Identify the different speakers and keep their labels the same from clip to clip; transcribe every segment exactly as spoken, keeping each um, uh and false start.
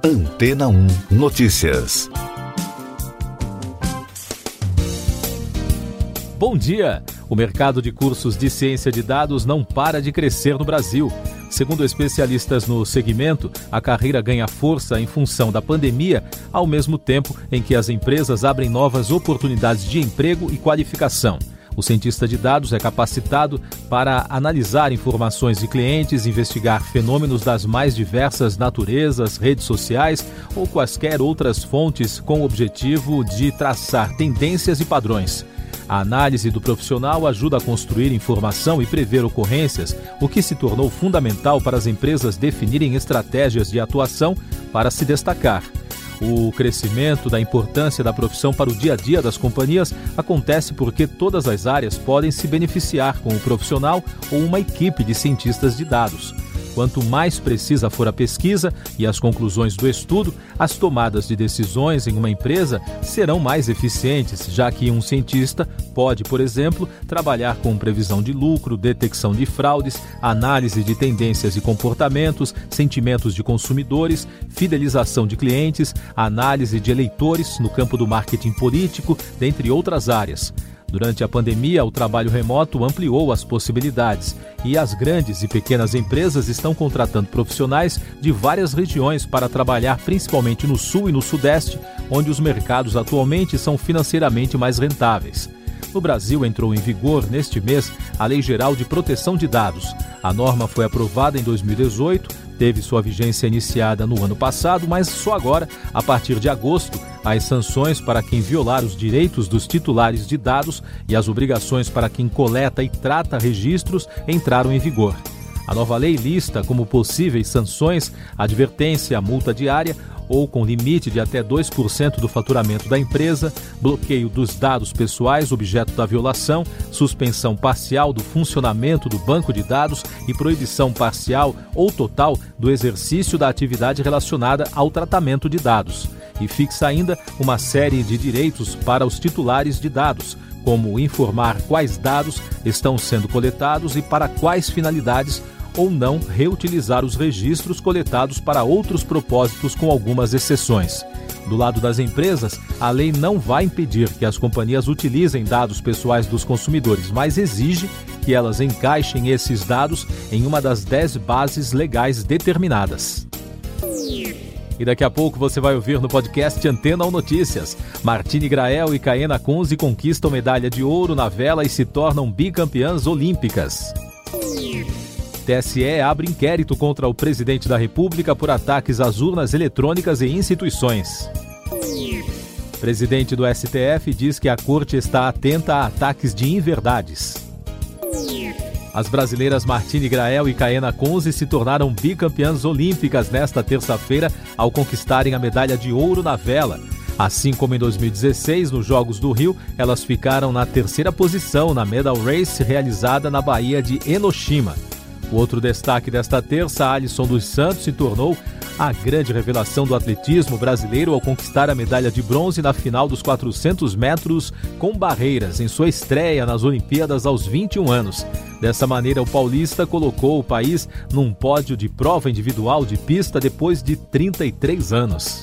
Speaker 1: Antena um Notícias.
Speaker 2: Bom dia! O mercado de cursos de ciência de dados não para de crescer no Brasil. Segundo especialistas no segmento, a carreira ganha força em função da pandemia, ao mesmo tempo em que as empresas abrem novas oportunidades de emprego e qualificação. O cientista de dados é capacitado para analisar informações de clientes, investigar fenômenos das mais diversas naturezas, redes sociais ou quaisquer outras fontes com o objetivo de traçar tendências e padrões. A análise do profissional ajuda a construir informação e prever ocorrências, o que se tornou fundamental para as empresas definirem estratégias de atuação para se destacar. O crescimento da importância da profissão para o dia a dia das companhias acontece porque todas as áreas podem se beneficiar com o profissional ou uma equipe de cientistas de dados. Quanto mais precisa for a pesquisa e as conclusões do estudo, as tomadas de decisões em uma empresa serão mais eficientes, já que um cientista pode, por exemplo, trabalhar com previsão de lucro, detecção de fraudes, análise de tendências e comportamentos, sentimentos de consumidores, fidelização de clientes, análise de eleitores no campo do marketing político, dentre outras áreas. Durante a pandemia, o trabalho remoto ampliou as possibilidades e as grandes e pequenas empresas estão contratando profissionais de várias regiões para trabalhar principalmente no Sul e no Sudeste, onde os mercados atualmente são financeiramente mais rentáveis. No Brasil, entrou em vigor, neste mês, a Lei Geral de Proteção de Dados. A norma foi aprovada em dois mil e dezoito, teve sua vigência iniciada no ano passado, mas só agora, a partir de agosto, as sanções para quem violar os direitos dos titulares de dados e as obrigações para quem coleta e trata registros entraram em vigor. A nova lei lista como possíveis sanções advertência, multa diária ou com limite de até dois por cento do faturamento da empresa, bloqueio dos dados pessoais objeto da violação, suspensão parcial do funcionamento do banco de dados e proibição parcial ou total do exercício da atividade relacionada ao tratamento de dados. E fixa ainda uma série de direitos para os titulares de dados, como informar quais dados estão sendo coletados e para quais finalidades, ou não reutilizar os registros coletados para outros propósitos, com algumas exceções. Do lado das empresas, a lei não vai impedir que as companhias utilizem dados pessoais dos consumidores, mas exige que elas encaixem esses dados em uma das dez bases legais determinadas. E daqui a pouco você vai ouvir no podcast Antena um Notícias. Martine Grael e Kaena Kunze conquistam medalha de ouro na vela e se tornam bicampeãs olímpicas. T S E abre inquérito contra o presidente da República por ataques às urnas eletrônicas e instituições. Presidente do S T F diz que a corte está atenta a ataques de inverdades. As brasileiras Martine Grael e Kaena Kunze se tornaram bicampeãs olímpicas nesta terça-feira ao conquistarem a medalha de ouro na vela. Assim como em dois mil e dezesseis, nos Jogos do Rio, elas ficaram na terceira posição na Medal Race realizada na Baía de Enoshima. O outro destaque desta terça, Alisson dos Santos, se tornou a grande revelação do atletismo brasileiro ao conquistar a medalha de bronze na final dos quatrocentos metros com barreiras, em sua estreia nas Olimpíadas aos vinte e um anos. Dessa maneira, o paulista colocou o país num pódio de prova individual de pista depois de trinta e três anos.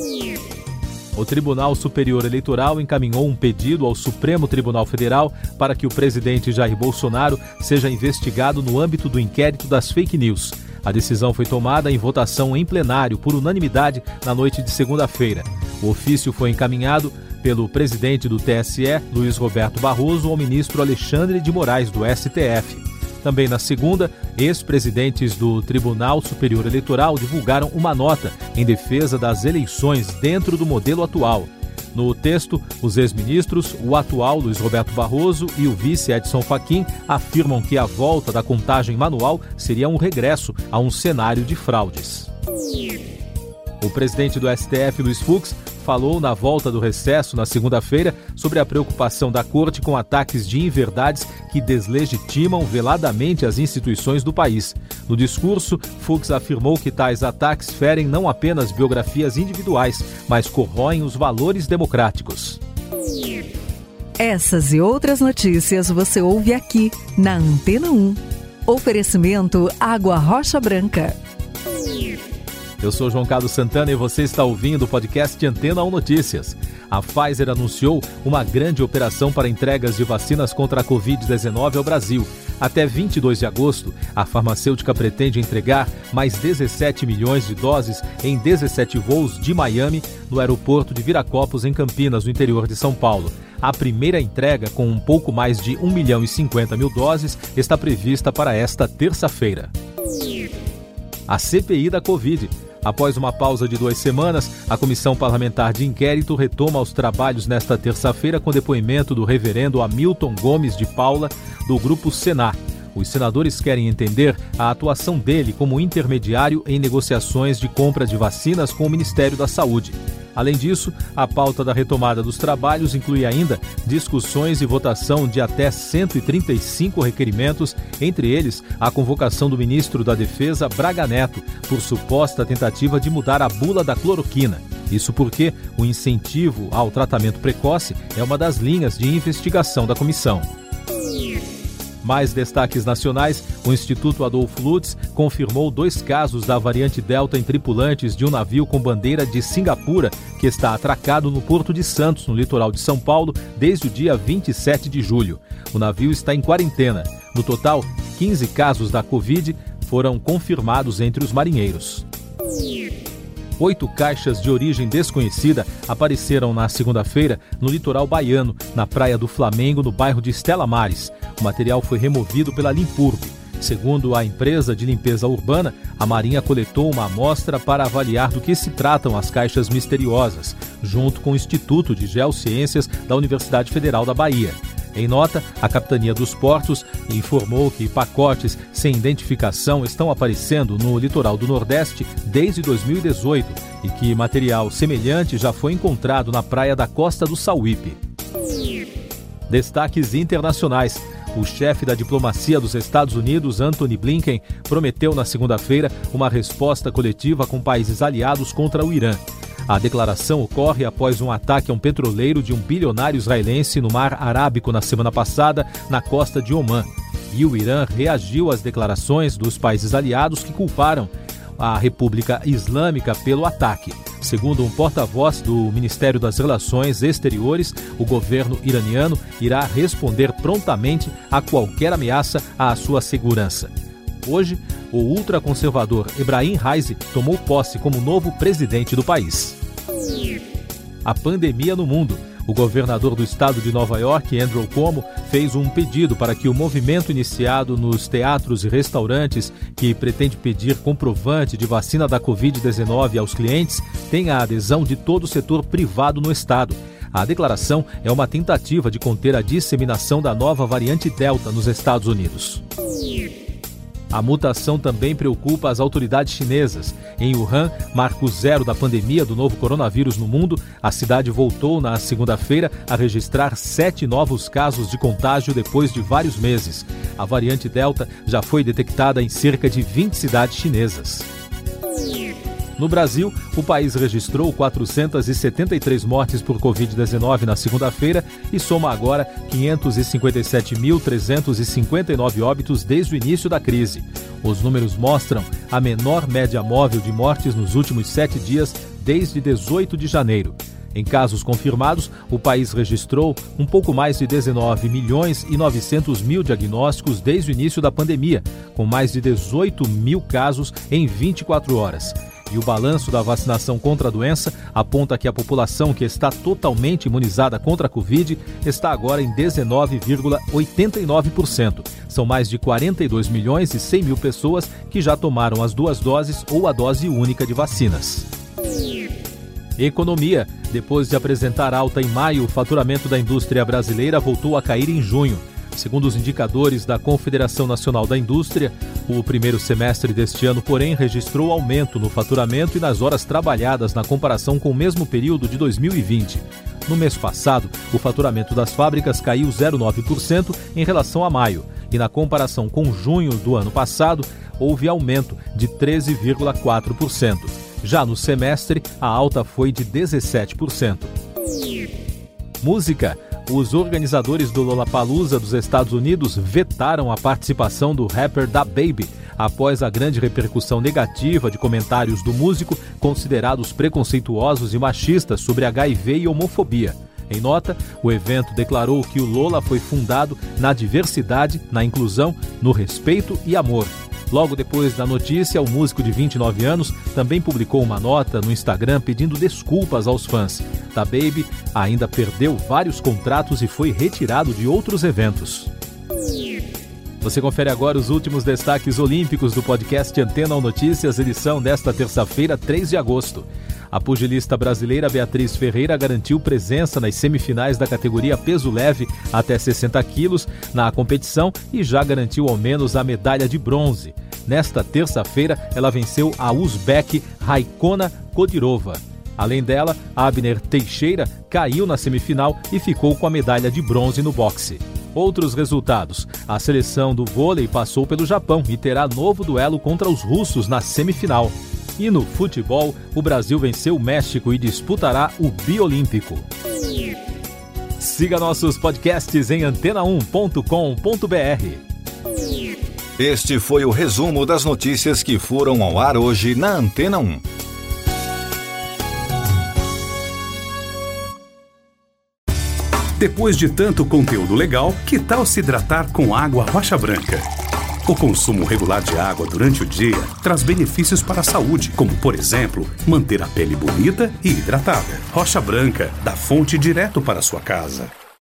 Speaker 2: O Tribunal Superior Eleitoral encaminhou um pedido ao Supremo Tribunal Federal para que o presidente Jair Bolsonaro seja investigado no âmbito do inquérito das fake news. A decisão foi tomada em votação em plenário por unanimidade na noite de segunda-feira. O ofício foi encaminhado pelo presidente do T S E, Luiz Roberto Barroso, ao ministro Alexandre de Moraes, do S T F. Também na segunda, ex-presidentes do Tribunal Superior Eleitoral divulgaram uma nota em defesa das eleições dentro do modelo atual. No texto, os ex-ministros, o atual Luiz Roberto Barroso e o vice Edson Fachin afirmam que a volta da contagem manual seria um regresso a um cenário de fraudes. O presidente do S T F, Luiz Fux, falou na volta do recesso na segunda-feira sobre a preocupação da Corte com ataques de inverdades que deslegitimam veladamente as instituições do país. No discurso, Fux afirmou que tais ataques ferem não apenas biografias individuais, mas corroem os valores democráticos.
Speaker 3: Essas e outras notícias você ouve aqui na Antena um. Oferecimento Água Rocha Branca.
Speaker 2: Eu sou João Carlos Santana e você está ouvindo o podcast Antena um Notícias. A Pfizer anunciou uma grande operação para entregas de vacinas contra a covid dezenove ao Brasil. Até vinte e dois de agosto, a farmacêutica pretende entregar mais dezessete milhões de doses em dezessete voos de Miami, no aeroporto de Viracopos, em Campinas, no interior de São Paulo. A primeira entrega, com um pouco mais de um milhão e cinquenta mil doses, está prevista para esta terça-feira. A C P I da Covid. Após uma pausa de duas semanas, a Comissão Parlamentar de Inquérito retoma os trabalhos nesta terça-feira com depoimento do reverendo Hamilton Gomes de Paula, do Grupo Senar. Os senadores querem entender a atuação dele como intermediário em negociações de compra de vacinas com o Ministério da Saúde. Além disso, a pauta da retomada dos trabalhos inclui ainda discussões e votação de até cento e trinta e cinco requerimentos, entre eles a convocação do ministro da Defesa, Braga Neto, por suposta tentativa de mudar a bula da cloroquina. Isso porque o incentivo ao tratamento precoce é uma das linhas de investigação da comissão. Mais destaques nacionais, o Instituto Adolfo Lutz confirmou dois casos da variante Delta em tripulantes de um navio com bandeira de Singapura, que está atracado no Porto de Santos, no litoral de São Paulo, desde o dia vinte e sete de julho. O navio está em quarentena. No total, quinze casos da Covid foram confirmados entre os marinheiros. Oito caixas de origem desconhecida apareceram na segunda-feira no litoral baiano, na Praia do Flamengo, no bairro de Stella Maris. O material foi removido pela Limpurb. Segundo a empresa de limpeza urbana, a Marinha coletou uma amostra para avaliar do que se tratam as caixas misteriosas, junto com o Instituto de Geociências da Universidade Federal da Bahia. Em nota, a Capitania dos Portos informou que pacotes sem identificação estão aparecendo no litoral do Nordeste desde dois mil e dezoito e que material semelhante já foi encontrado na praia da Costa do Sauípe. Destaques internacionais. O chefe da diplomacia dos Estados Unidos, Antony Blinken, prometeu na segunda-feira uma resposta coletiva com países aliados contra o Irã. A declaração ocorre após um ataque a um petroleiro de um bilionário israelense no Mar Arábico na semana passada, na costa de Omã. E o Irã reagiu às declarações dos países aliados que culparam a República Islâmica pelo ataque. Segundo um porta-voz do Ministério das Relações Exteriores, o governo iraniano irá responder prontamente a qualquer ameaça à sua segurança. Hoje, o ultraconservador Ebrahim Raisi tomou posse como novo presidente do país. A pandemia no mundo. O governador do estado de Nova York, Andrew Cuomo, fez um pedido para que o movimento iniciado nos teatros e restaurantes, que pretende pedir comprovante de vacina da covid dezenove aos clientes, tenha a adesão de todo o setor privado no estado. A declaração é uma tentativa de conter a disseminação da nova variante Delta nos Estados Unidos. A mutação também preocupa as autoridades chinesas. Em Wuhan, marco zero da pandemia do novo coronavírus no mundo, a cidade voltou na segunda-feira a registrar sete novos casos de contágio depois de vários meses. A variante Delta já foi detectada em cerca de vinte cidades chinesas. No Brasil, o país registrou quatrocentas e setenta e três mortes por covid dezenove na segunda-feira e soma agora quinhentos e cinquenta e sete mil trezentos e cinquenta e nove óbitos desde o início da crise. Os números mostram a menor média móvel de mortes nos últimos sete dias desde dezoito de janeiro. Em casos confirmados, o país registrou um pouco mais de dezenove milhões e novecentos mil diagnósticos desde o início da pandemia, com mais de dezoito mil casos em vinte e quatro horas. E o balanço da vacinação contra a doença aponta que a população que está totalmente imunizada contra a Covid está agora em dezenove vírgula oitenta e nove por cento. São mais de quarenta e dois milhões e cem mil pessoas que já tomaram as duas doses ou a dose única de vacinas. Economia. Depois de apresentar alta em maio, o faturamento da indústria brasileira voltou a cair em junho. Segundo os indicadores da Confederação Nacional da Indústria, o primeiro semestre deste ano, porém, registrou aumento no faturamento e nas horas trabalhadas na comparação com o mesmo período de dois mil e vinte. No mês passado, o faturamento das fábricas caiu zero vírgula nove por cento em relação a maio, e na comparação com junho do ano passado, houve aumento de treze vírgula quatro por cento. Já no semestre, a alta foi de dezessete por cento. Música. Os organizadores do Lollapalooza dos Estados Unidos vetaram a participação do rapper DaBaby. após a grande repercussão negativa de comentários do músico considerados preconceituosos e machistas sobre H I V e homofobia. Em nota, o evento declarou que o Lola foi fundado na diversidade, na inclusão, no respeito e amor. Logo depois da notícia, o músico de vinte e nove anos também publicou uma nota no Instagram pedindo desculpas aos fãs. Da Baby ainda perdeu vários contratos e foi retirado de outros eventos. Você confere agora os últimos destaques olímpicos do podcast Antena um Notícias, edição desta terça-feira, três de agosto. A pugilista brasileira Beatriz Ferreira garantiu presença nas semifinais da categoria peso leve até sessenta quilos na competição e já garantiu ao menos a medalha de bronze. Nesta terça-feira, ela venceu a uzbeque Raikona Kodirova. Além dela, Abner Teixeira caiu na semifinal e ficou com a medalha de bronze no boxe. Outros resultados. A seleção do vôlei passou pelo Japão e terá novo duelo contra os russos na semifinal. E no futebol, o Brasil venceu o México e disputará o Biolímpico. Siga nossos podcasts em antena um ponto com ponto b r.
Speaker 1: Este foi o resumo das notícias que foram ao ar hoje na Antena um.
Speaker 4: Depois de tanto conteúdo legal, que tal se hidratar com água Rocha Branca? O consumo regular de água durante o dia traz benefícios para a saúde, como, por exemplo, manter a pele bonita e hidratada. Rocha Branca, da fonte direto para a sua casa.